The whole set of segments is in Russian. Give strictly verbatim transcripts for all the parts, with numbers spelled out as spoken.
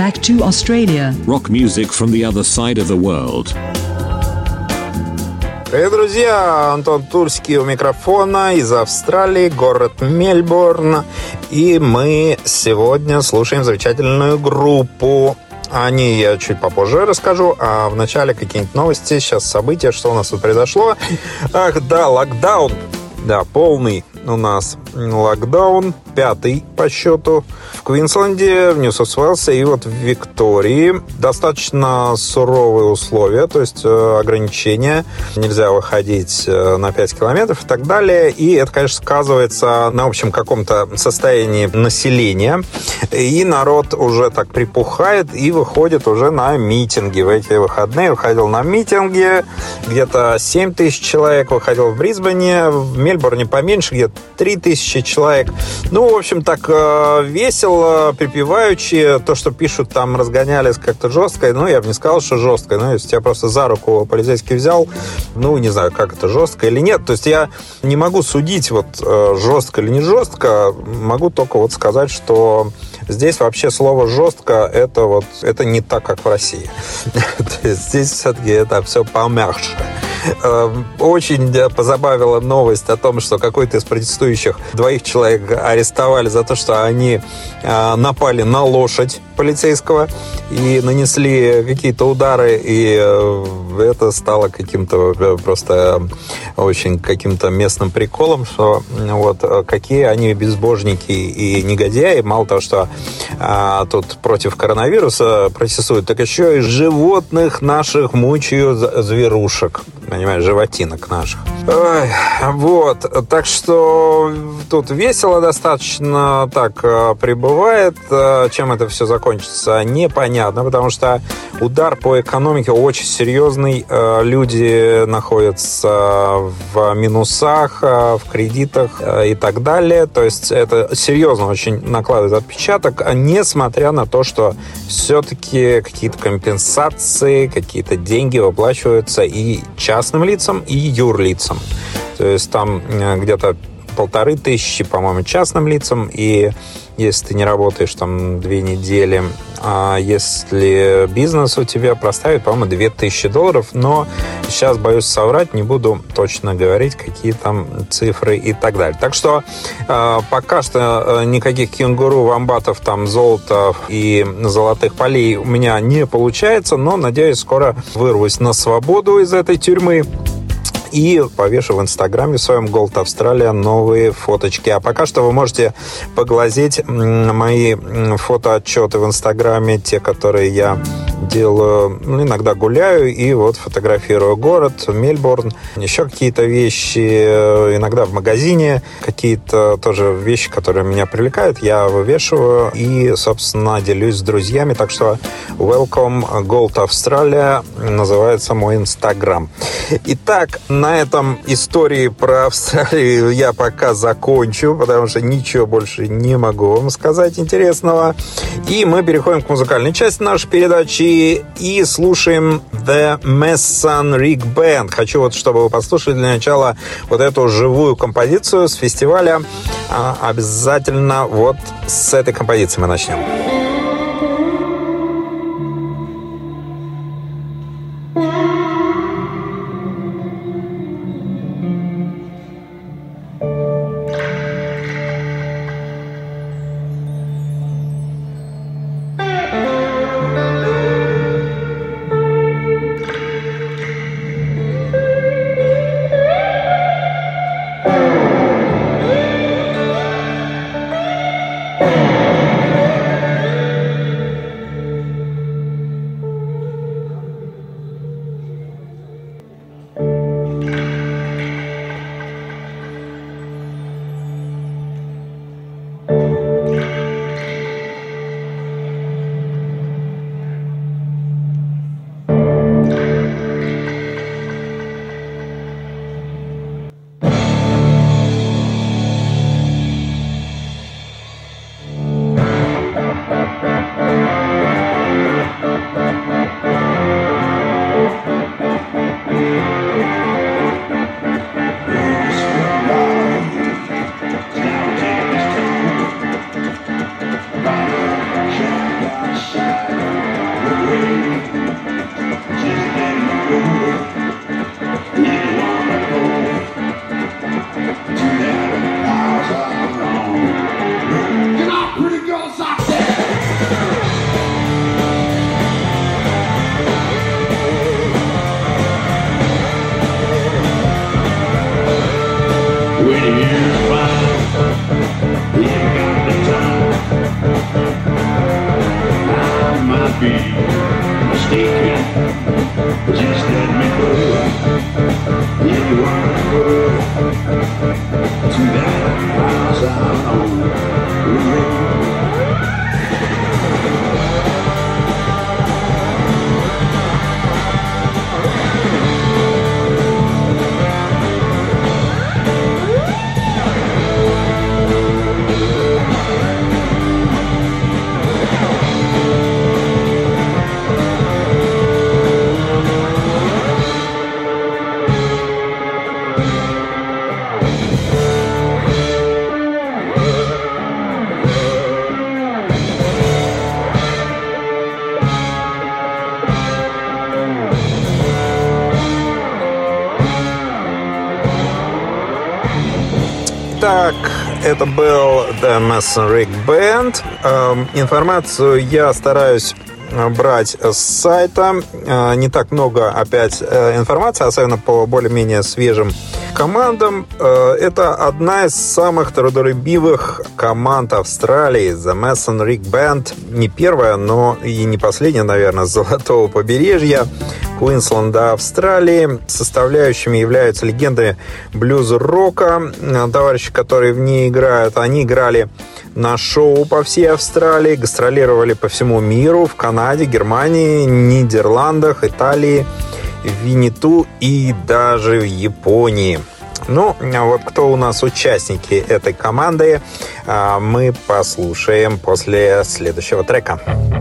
back to Australia. Rock music from the other side of the world. Привет, друзья! Антон Тульский у микрофона из Австралии, город Мельбурн. И мы сегодня слушаем замечательную группу. О ней я чуть попозже расскажу, а в начале какие-нибудь новости, сейчас события, что у нас тут произошло. Ах, да, локдаун. Да, полный у нас локдаун, пятый по счету в Квинсленде, в Нью-Саус-Уэльсе и вот в Виктории. Достаточно суровые условия, то есть ограничения. Нельзя выходить на пять километров и так далее. И это, конечно, сказывается на общем каком-то состоянии населения. И народ уже так припухает и выходит уже на митинги. В эти выходные выходил на митинги. Где-то семь тысяч человек выходил в Брисбене, в Мельбурне поменьше, где-то три тысячи человек. Ну, в общем, так э, весело, припеваючи. То, что пишут, там разгонялись как-то жестко. Ну, я бы не сказал, что жестко. Ну, если тебя просто за руку полицейский взял, ну, не знаю, как это, жестко или нет. То есть я не могу судить, вот, э, жестко или не жестко. Могу только вот сказать, что здесь вообще слово «жестко» это вот, это не так, как в России. Здесь все-таки это все помягче. Очень позабавила новость о том, что какой-то из протестующих двоих человек арестовали за то, что они напали на лошадь полицейского и нанесли какие-то удары, и это стало каким-то просто очень каким-то местным приколом, что вот какие они безбожники и негодяи. Мало того, что а, тут против коронавируса протестуют, так еще и животных наших мучают, зверушек, понимаешь, животинок наших. Ой, вот, так что тут весело достаточно так прибывает. Чем это все закончится, непонятно, потому что удар по экономике очень серьезный. Люди находятся в минусах, в кредитах и так далее. То есть это серьезно очень накладывает отпечаток, несмотря на то, что все-таки какие-то компенсации, какие-то деньги выплачиваются и частным лицам, и юрлицам. То есть там где-то полторы тысячи, по-моему, частным лицам, и если ты не работаешь там две недели, а если бизнес у тебя проставит, по-моему, две тысячи долларов, но сейчас боюсь соврать, не буду точно говорить, какие там цифры и так далее. Так что э, пока что никаких кенгуру, вомбатов, там, золота и золотых полей у меня не получается, но, надеюсь, скоро вырвусь на свободу из этой тюрьмы и повешу в Инстаграме в своем Gold Australia новые фоточки. А пока что вы можете поглазеть мои фотоотчеты в Инстаграме, те, которые я делаю, ну, иногда гуляю и вот фотографирую город, Мельбурн, еще какие-то вещи, иногда в магазине, какие-то тоже вещи, которые меня привлекают, я вывешиваю и, собственно, делюсь с друзьями. Так что welcome Gold Australia называется мой Инстаграм. Итак, на этом истории про Австралию я пока закончу, потому что ничего больше не могу вам сказать интересного. И мы переходим к музыкальной части нашей передачи и слушаем The Messan Rig Band. Хочу вот, чтобы вы послушали для начала вот эту живую композицию с фестиваля. А, обязательно вот с этой композиции мы начнем. Итак, это был The Mason Rig Band. Эм, информацию я стараюсь брать с сайта. Э, не так много опять э, информации, особенно по более-менее свежим командам. Э, это одна из самых трудолюбивых команд Австралии, The Mason Rig Band. Не первая, но и не последняя, наверное, с Золотого побережья Квинсленда, Австралии. Составляющими являются легенды блюз-рока. Товарищи, которые в ней играют, они играли на шоу по всей Австралии, гастролировали по всему миру, в Канаде, Германии, Нидерландах, Италии, Винниту и даже в Японии. Ну, вот кто у нас участники этой команды, мы послушаем после следующего трека.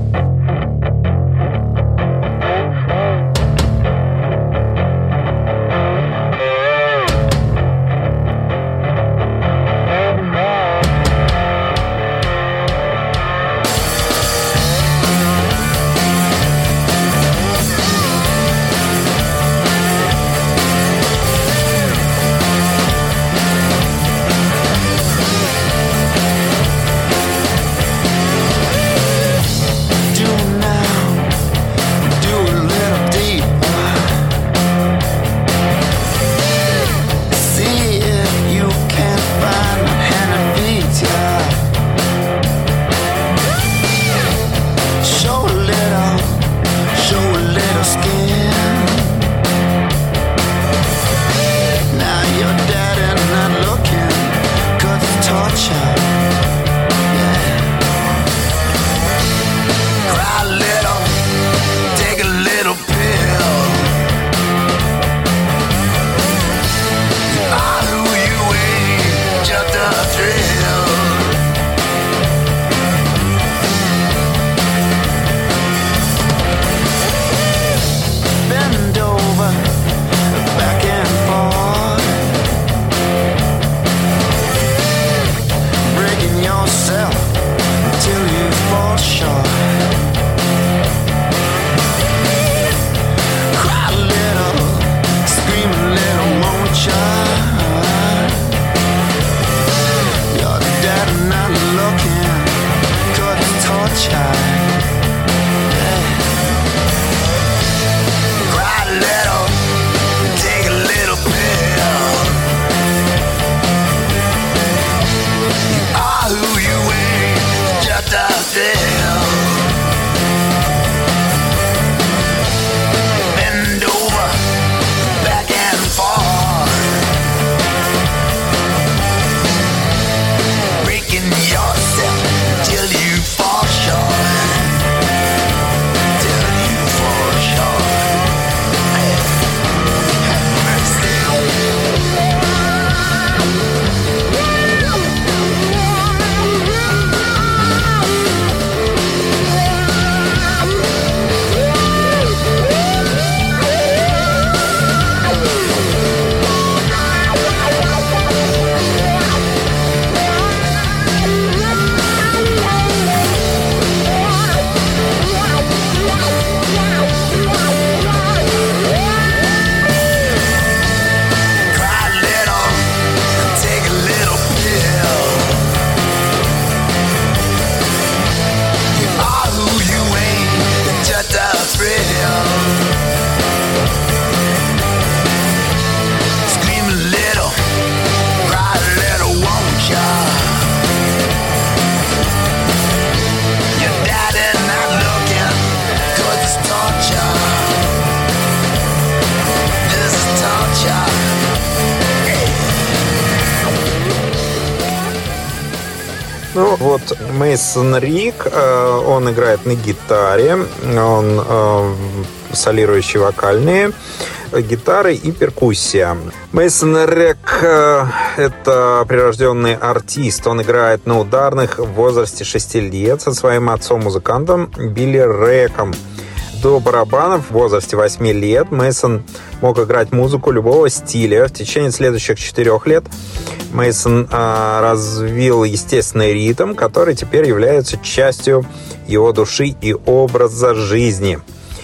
Ну, вот Мейсон Риг, э, он играет на гитаре, он э, солирующий вокальные гитары и перкуссия. Мейсон Риг э, это прирожденный артист, он играет на ударных в возрасте шести лет со своим отцом-музыкантом Билли Реком. До барабанов в возрасте восьми лет Мейсон мог играть музыку любого стиля. В течение следующих четырех лет Мейсон э, развил естественный ритм, который теперь является частью его души и образа жизни.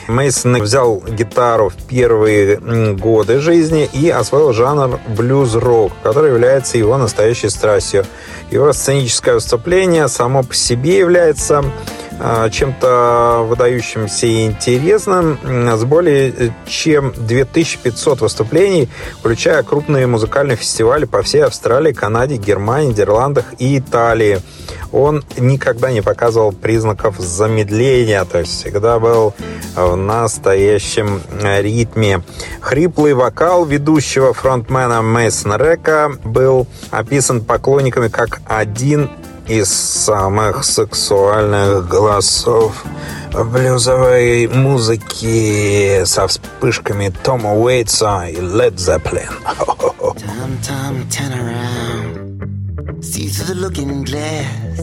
Мейсон взял гитару в первые годы жизни и освоил жанр блюз-рок, который является его настоящей страстью. Его сценическое выступление само по себе является чем-то выдающимся и интересным, с более чем две тысячи пятьсот выступлений, включая крупные музыкальные фестивали по всей Австралии, Канаде, Германии, Нидерландах и Италии. Он никогда не показывал признаков замедления, то есть всегда был в настоящем ритме. Хриплый вокал ведущего фронтмена Мейсона Река был описан поклонниками как один из самых сексуальных голосов блюзовой музыки со вспышками Тома Уэйтса и Led Zeppelin. Tom, Tom, turn around. See through the looking glass.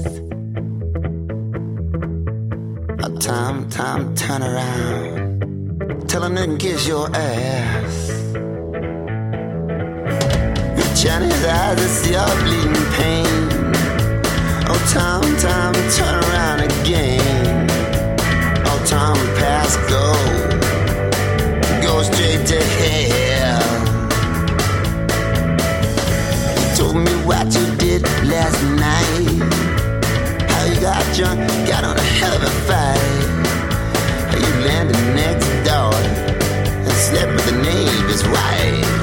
Oh, Tom, Tom, turn around. Tell him to kiss your ass. Shine his eyes to see your bleeding pain. Oh, Tom, Tom, turn around again. Oh, Tom, pass go. Go straight to hell. You told me what you did last night. How you got drunk, got on a hell of a fight. How you landed next door and slept with the neighbor's wife.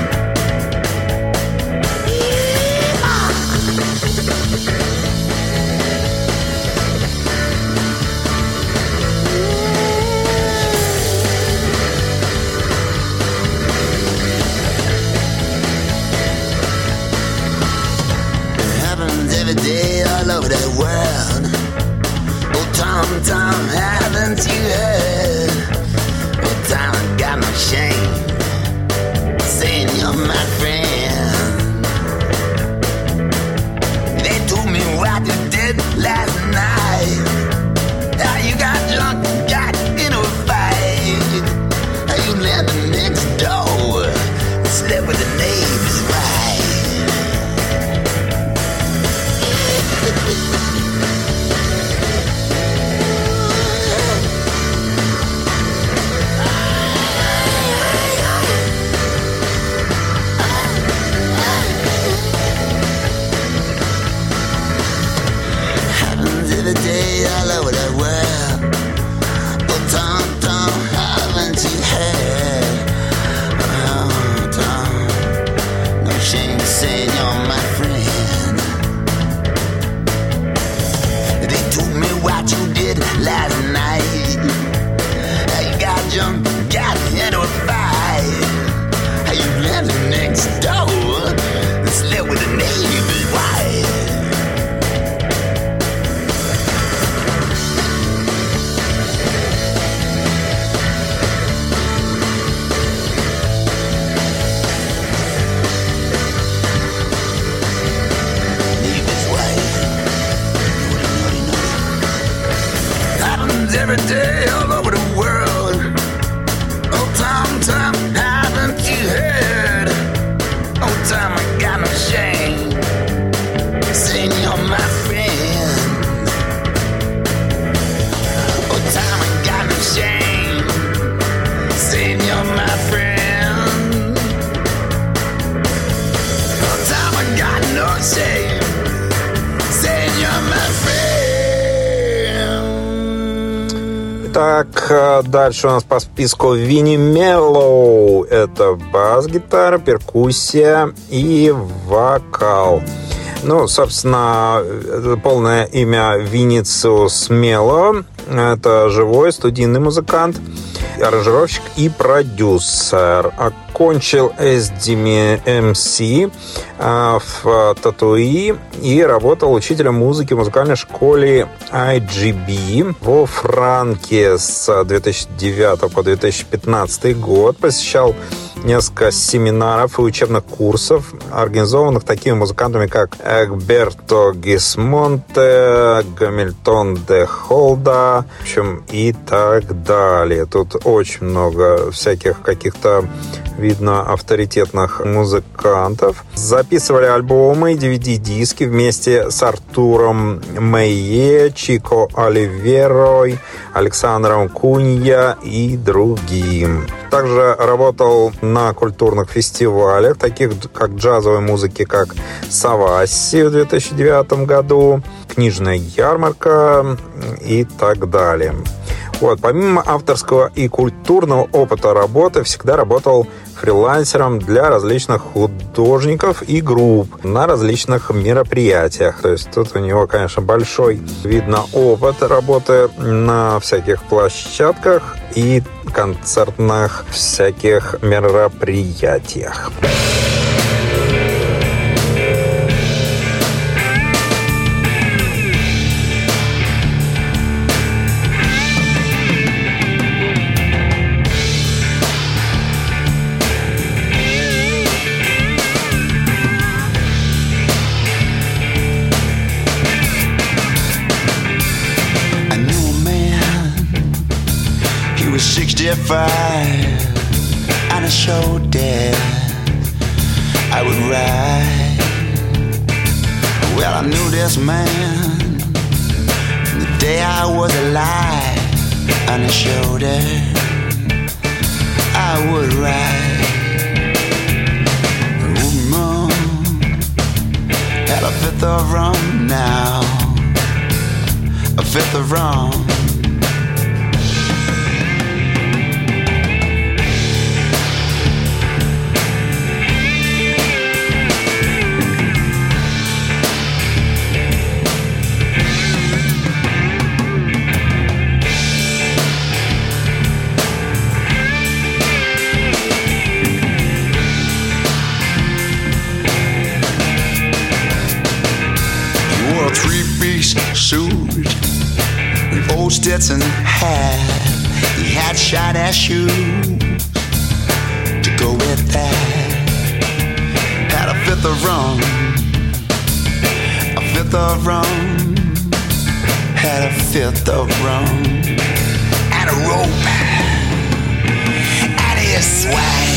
Every day all over the world. Oh, Tom, Tom, haven't you heard? Oh, Tom, I got no shame saying you're my friend. They told me what you did last night. How you got drunk, got into a fight. How you landed next door and slept with the neighbor's wife. Every day all over the world. Oh, Tom, Tom, haven't you heard? Oh, Tom, no shame saying you're my friend. They told me what you did last night. How you got drunk, got into a fight. How you landed next door and slept with the neighbor's wife. Every day all over the world. Oh, Tom, Tom, haven't you heard? Oh, Tom, I got no shame saying you're my friend. Oh, Tom, I got no shame saying you're my friend. Oh, Tom, I got no shame saying you're my friend. Так, дальше у нас по списку Винни Меллоу. Это бас-гитара, перкуссия и вокал. Ну, собственно, полное имя Виннициус Меллоу. Это живой студийный музыкант, аранжировщик и продюсер. Окончил эс ди эм си в Татуи и работал учителем музыки в музыкальной школе ай джи би во Франке с две тысячи девятого по две тысячи пятнадцатый год. Посещал несколько семинаров и учебных курсов, организованных такими музыкантами, как Эгберто Гисмонте, Гамильтон де Холда, в общем, и так далее. Тут очень много всяких каких-то видно, авторитетных музыкантов. Записывали альбомы, ди ви ди-диски вместе с Артуром Мейе, Чико Оливерой, Александром Кунья и другим. Также работал на культурных фестивалях, таких как джазовой музыки, как Савасси в две тысячи девятом году, Книжная ярмарка и так далее. Вот, помимо авторского и культурного опыта работы, всегда работал фрилансером для различных художников и групп на различных мероприятиях. То есть тут у него, конечно, большой, видно, опыт работы на всяких площадках и концертных всяких мероприятиях. sixty-five and a show that I would ride. Well, I knew this man the day I was alive, and a show that I would ride. Woman had a fifth of rum now, a fifth of rum. Suit, an old Stetson hat. He had shiny shoes to go with that. Had a fifth of rum, a fifth of rum, had a fifth of rum, and a rope, and his swag.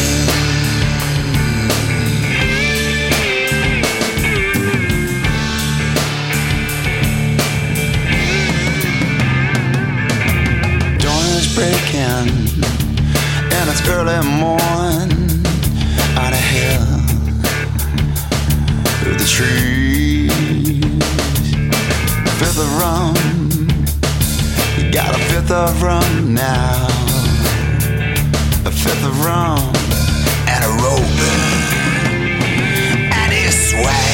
Breaking and it's early morn on a hill through the trees. A fifth of rum, you got a fifth of rum now. A fifth of rum and a rope and his swag.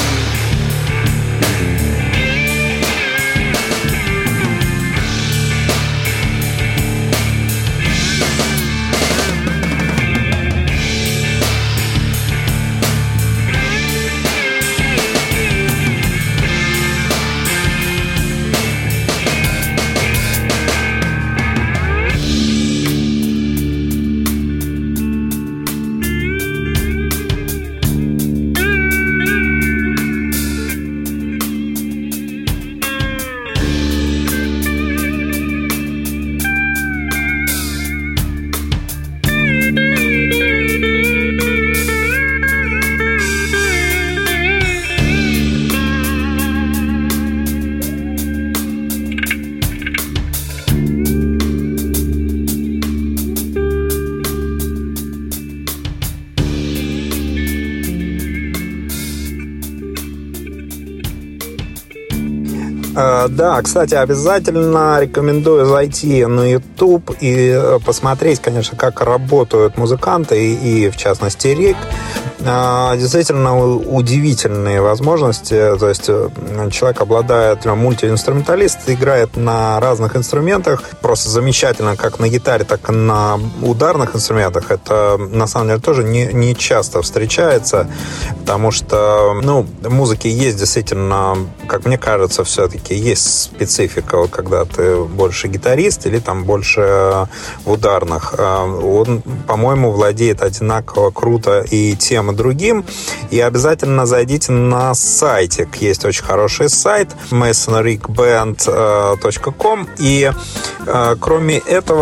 Да, кстати, обязательно рекомендую зайти на YouTube и посмотреть, конечно, как работают музыканты и, и в частности, Рик. Действительно удивительные возможности. То есть человек обладает, мультиинструменталист, играет на разных инструментах. Просто замечательно, как на гитаре, так и на ударных инструментах. Это, на самом деле, тоже не, не часто встречается, потому что, ну, в музыке есть действительно, как мне кажется, все-таки есть специфика, вот, когда ты больше гитарист или там больше в ударных. Он, по-моему, владеет одинаково круто и тем, и другим. И обязательно зайдите на сайтик. Есть очень хороший сайт mason rick band точка com. И кроме этого,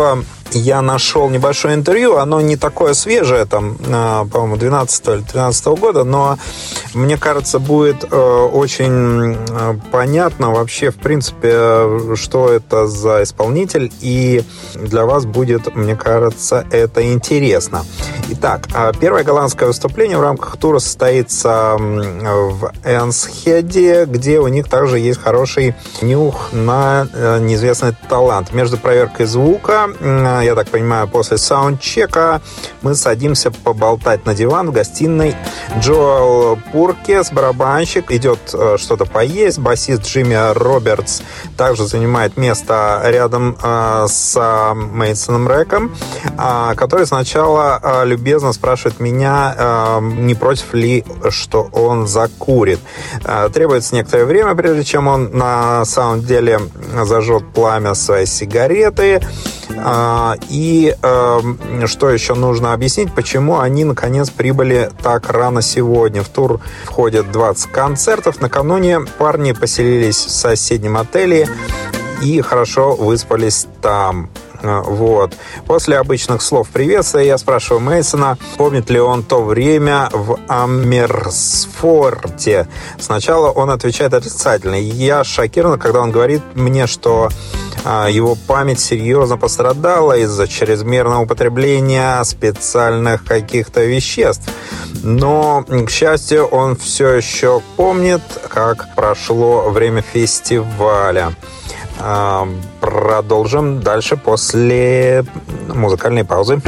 я нашел небольшое интервью, оно не такое свежее, там, по-моему, двенадцатого или тринадцатого года, но мне кажется, будет очень понятно вообще, в принципе, что это за исполнитель, и для вас будет, мне кажется, это интересно. Итак, первое голландское выступление в рамках тура состоится в Энсхеде, где у них также есть хороший нюх на неизвестный талант. Между проверкой звука, я так понимаю, после саундчека, мы садимся поболтать на диван в гостиной. Джоэл Пуркес, барабанщик, идет что-то поесть. Басист Джимми Робертс также занимает место рядом с Мейсоном Рэком, который сначала любезно спрашивает меня, не против ли, что он закурит. Требуется некоторое время, прежде чем он на самом деле зажжет пламя своей сигареты. И что еще нужно объяснить, почему они наконец прибыли так рано сегодня. В тур входят двадцать концертов. Накануне парни поселились в соседнем отеле и хорошо выспались там. Вот. После обычных слов приветствия я спрашиваю Мейсона, помнит ли он то время в Амерсфорте. Сначала он отвечает отрицательно. Я шокирован, когда он говорит мне, что а, его память серьезно пострадала из-за чрезмерного употребления специальных каких-то веществ. Но, к счастью, он все еще помнит, как прошло время фестиваля. Продолжим дальше после музыкальной паузы.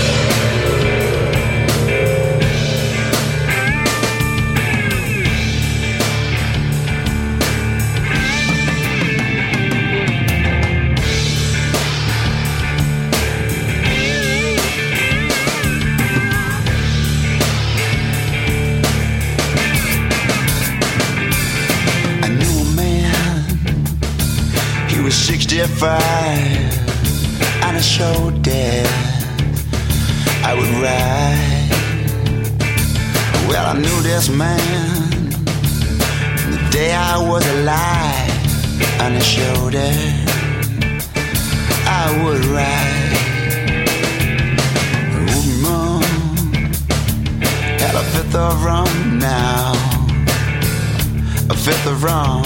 sixty-five on a show death I would ride. Well, I knew this man from the day I was alive. On a show death I would ride. Ooh, mom, got a fifth of rum now, a fifth of rum.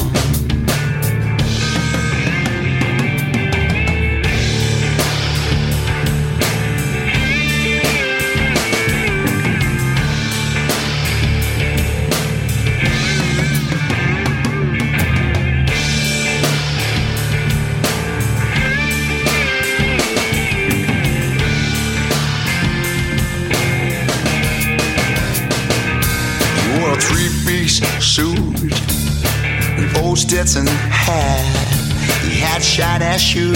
Suit, an old Stetson hat. He had shiny ass shoes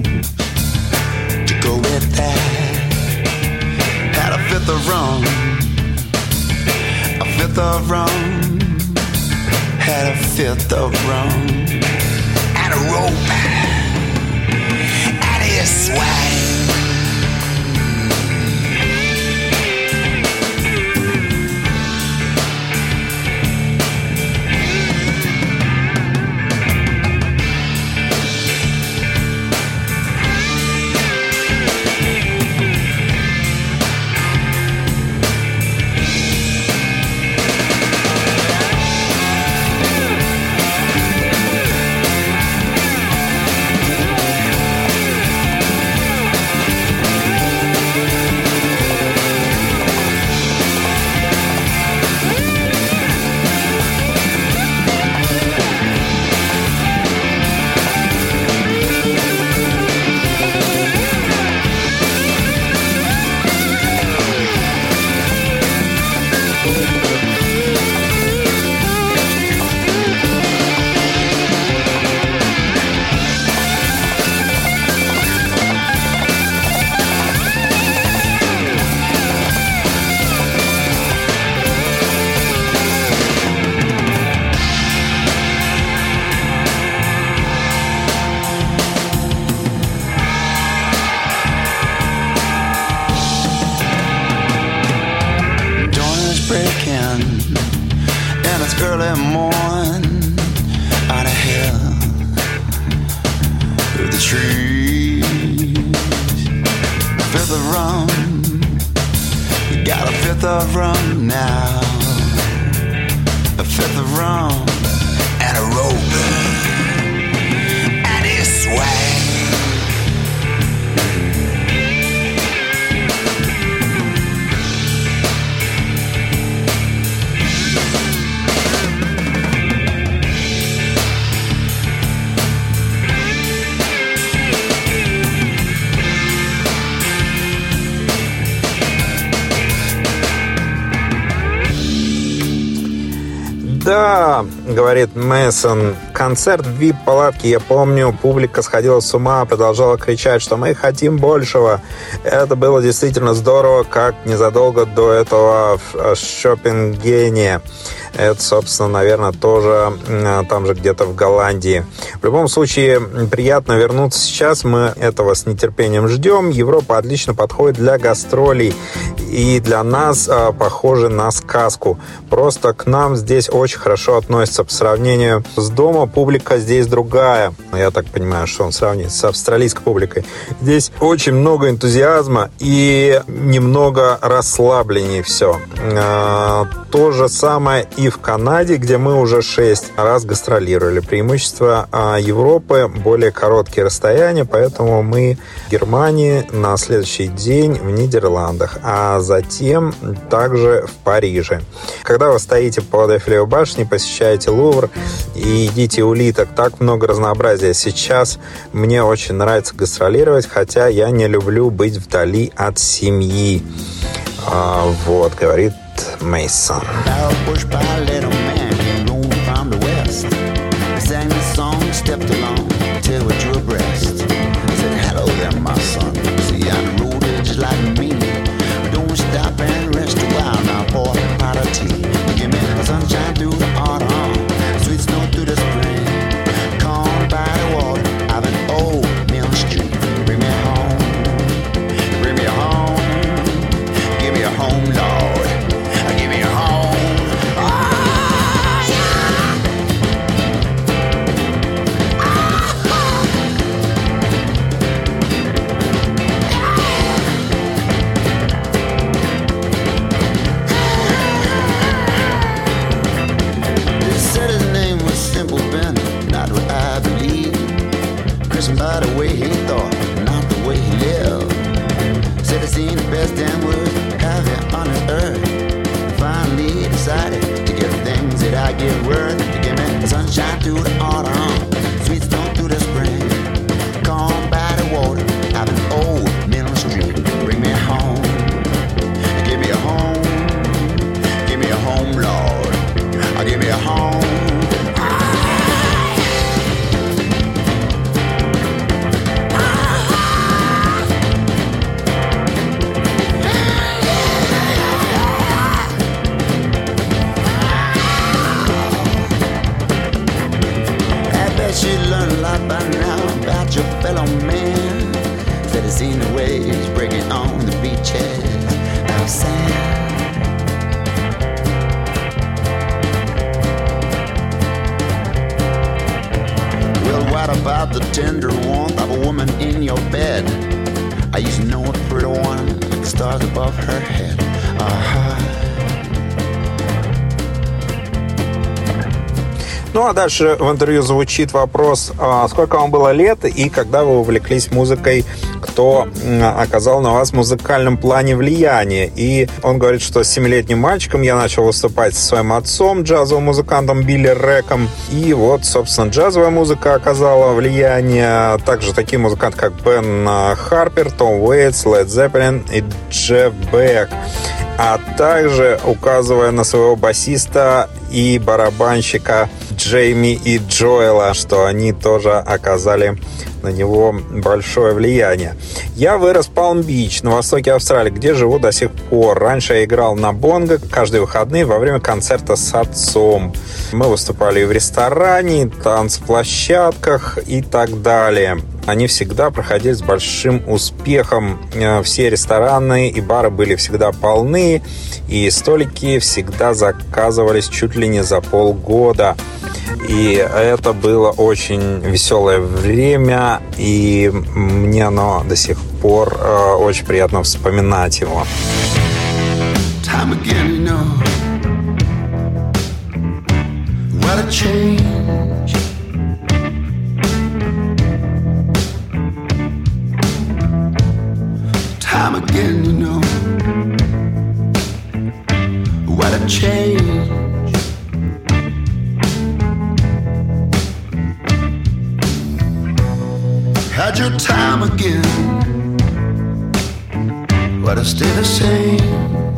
to go with that. Had a fifth of rum, a fifth of rum. Had a fifth of rum and a rope and his swag. Early morn on a hill through the trees. of rum now, a fifth of rum and a rope and his swag. Да, говорит Мэйсон, концерт в ви ай пи-палатке, я помню, публика сходила с ума, продолжала кричать, что мы хотим большего. Это было действительно здорово, как незадолго до этого в Шопенгене. Это, собственно, наверное, тоже там же где-то в Голландии. В любом случае, приятно вернуться сейчас. Мы этого с нетерпением ждем. Европа отлично подходит для гастролей. И для нас а, похоже на сказку. Просто к нам здесь очень хорошо относятся. По сравнению с дома публика здесь другая. Я так понимаю, что он сравнит с австралийской публикой. Здесь очень много энтузиазма и немного расслабленнее все. А, то же самое и в Канаде, где мы уже шесть раз гастролировали. Преимущество а, Европы — более короткие расстояния, поэтому мы в Германии, на следующий день в Нидерландах, а затем также в Париже. Когда вы стоите под Эйфелевой башней, посещаете Лувр и едите улиток, так много разнообразия. Сейчас мне очень нравится гастролировать, хотя я не люблю быть вдали от семьи. А, вот, говорит Мэйсон. About the tender warmth of a woman in your bed. I used to know a pretty one, like the stars above her head. Uh-huh. Ну, а дальше в интервью звучит вопрос, сколько вам было лет и когда вы увлеклись музыкой, кто оказал на вас в музыкальном плане влияние. И он говорит, что с семилетним мальчиком я начал выступать со своим отцом, джазовым музыкантом Билли Рэком. И вот, собственно, джазовая музыка оказала влияние. Также такие музыканты, как Бен Харпер, Том Уэйтс, Лед Зеппелин и Джефф Бек. А также указывая на своего басиста и барабанщика Джейми и Джоэла, что они тоже оказали на него большое влияние. Я вырос в Палм-Бич, на востоке Австралии, где живу до сих пор. Раньше я играл на бонго каждые выходные во время концерта с отцом. Мы выступали и в ресторане, и танцплощадках и так далее. Они всегда проходили с большим успехом. Все рестораны и бары были всегда полны, и столики всегда заказывались чуть ли не за полгода. И это было очень веселое время, и мне оно до сих пор э, очень приятно вспоминать его. time again, you know. What a change. Time again, you know. What a change. Had your time again, but I stay the same.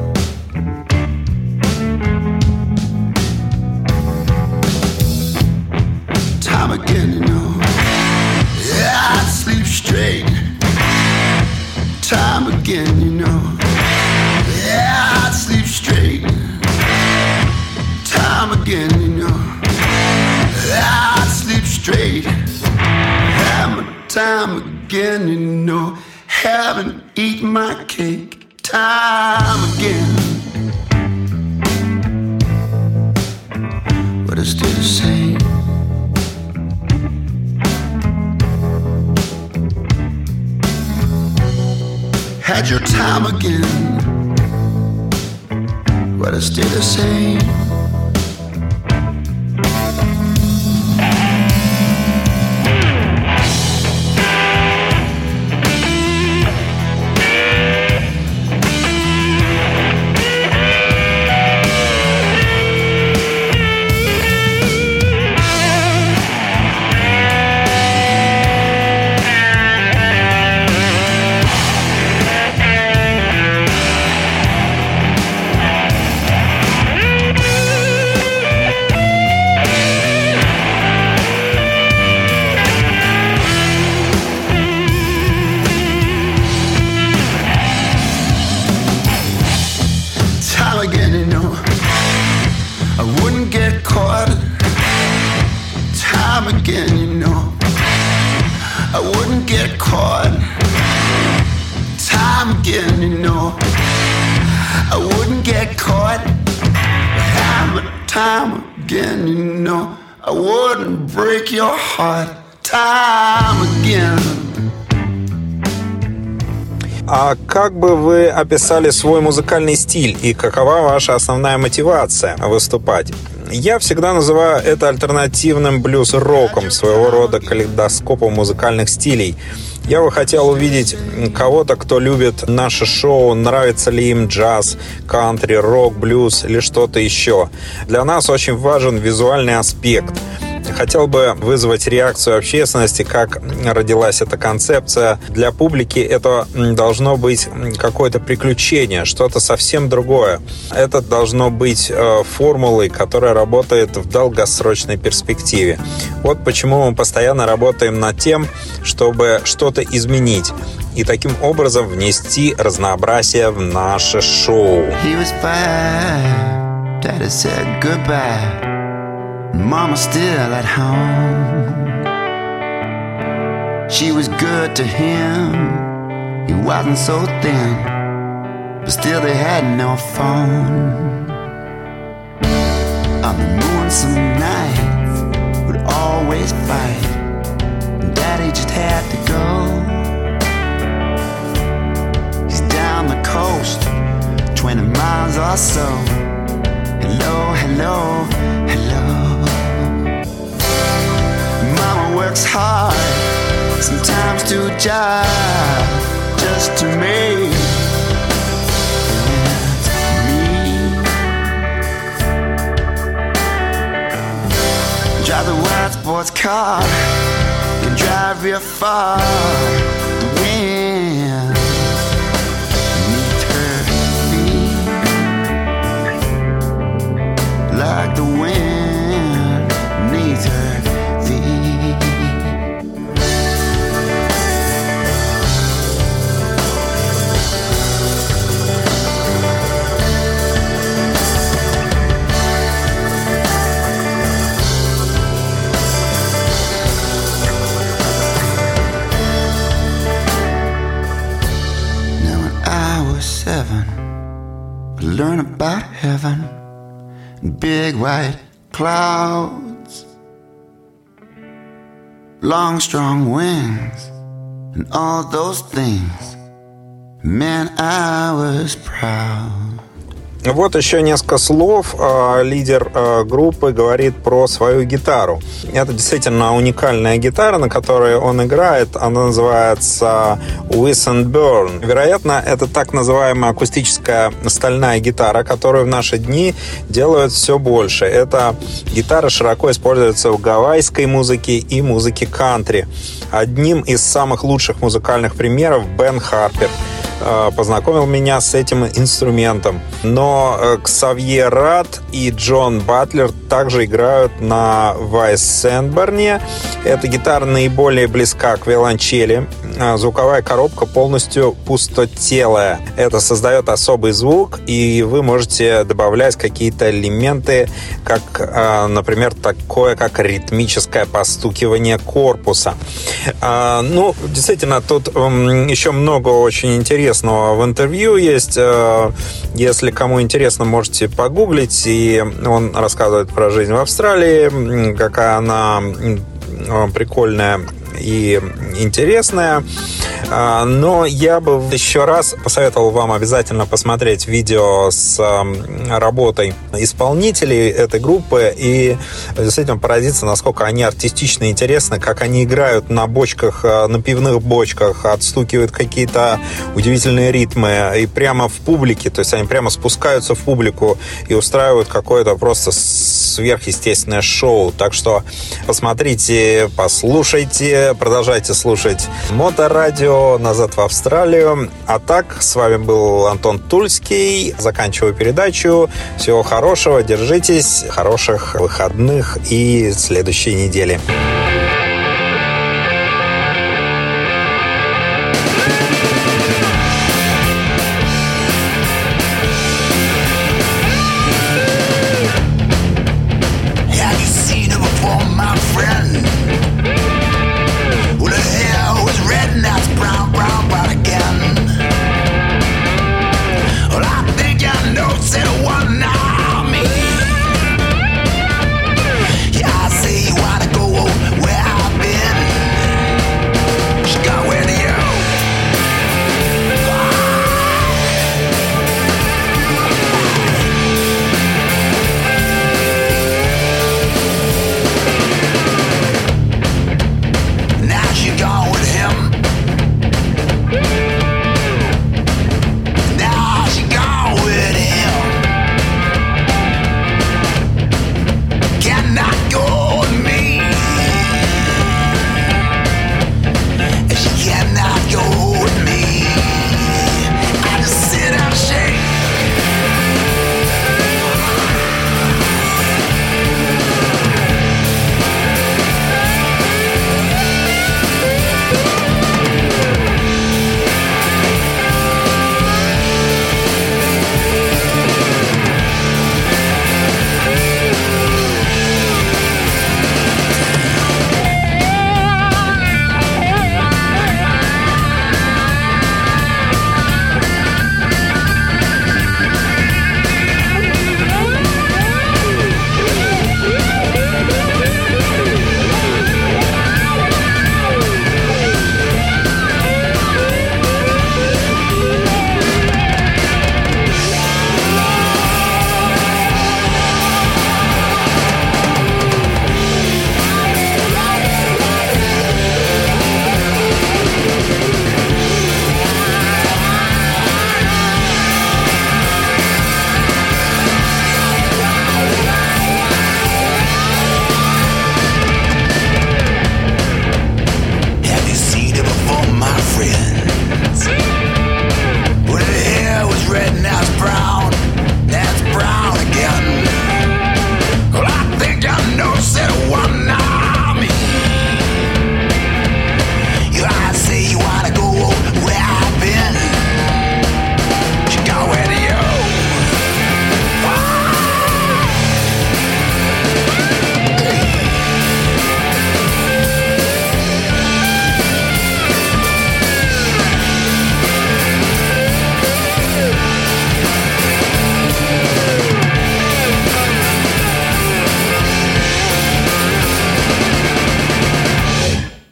Time again, you know. Yeah, I sleep straight. Time again, you know. Yeah, I sleep straight. Time again, you know. Yeah, I sleep straight. Hammer time again, you know. Haven't eaten my cake. Time again. But it's still the same. Had your time again, but it's still the same. Your heart time again. А как бы вы описали свой музыкальный стиль и какова ваша основная мотивация выступать? Я всегда называю это альтернативным блюз-роком, своего рода калейдоскопом музыкальных стилей. Я бы хотел увидеть кого-то, кто любит наше шоу, нравится ли им джаз, кантри, рок, блюз или что-то еще. Для нас очень важен визуальный аспект. Хотел бы вызвать реакцию общественности, как родилась эта концепция. Для публики это должно быть какое-то приключение, что-то совсем другое. Это должно быть э, формулой, которая работает в долгосрочной перспективе. Вот почему мы постоянно работаем над тем, чтобы что-то изменить и таким образом внести разнообразие в наше шоу. Mama still at home. She was good to him. He wasn't so thin, but still they had no phone. On the moon some nights would always fight, and Daddy just had to go. He's down the coast, twenty miles or so. Hello, hello, hello. Mama works hard, sometimes two jobs, just to make ends meet. Drive the white sports car, can drive real far. The wind beneath her feet, like the wind beneath her feet. Seven, I learned about heaven and big white clouds, long strong wings, and all those things. Man, I was proud. Вот еще несколько слов. Лидер группы говорит про свою гитару. Это действительно уникальная гитара, на которой он играет. Она называется Whis and Burn. Вероятно, это так называемая акустическая стальная гитара, которую в наши дни делают все больше. Эта гитара широко используется в гавайской музыке и музыке кантри. Одним из самых лучших музыкальных примеров Бен Харпер познакомил меня с этим инструментом. Но Ксавье Рад и Джон Батлер также играют на Вайс-Сэндборне. Эта гитара наиболее близка к виолончели. Звуковая коробка полностью пустотелая. Это создает особый звук, и вы можете добавлять какие-то элементы, как, например, такое, как ритмическое постукивание корпуса. Ну, действительно, тут еще много очень интересного в интервью есть. Если кому интересно, можете погуглить. И он рассказывает про жизнь в Австралии, какая она прикольная и интересная. Но я бы еще раз посоветовал вам обязательно посмотреть видео с работой исполнителей этой группы и действительно поразиться, насколько они артистично интересны, как они играют на бочках, на пивных бочках, отстукивают какие-то удивительные ритмы и прямо в публике, то есть они прямо спускаются в публику и устраивают какое-то просто сверхъестественное шоу. Так что посмотрите, послушайте, продолжайте слушать Моторадио «Назад в Австралию». А так, с вами был Антон Тульский. Заканчиваю передачу. Всего хорошего, держитесь, хороших выходных и следующей недели.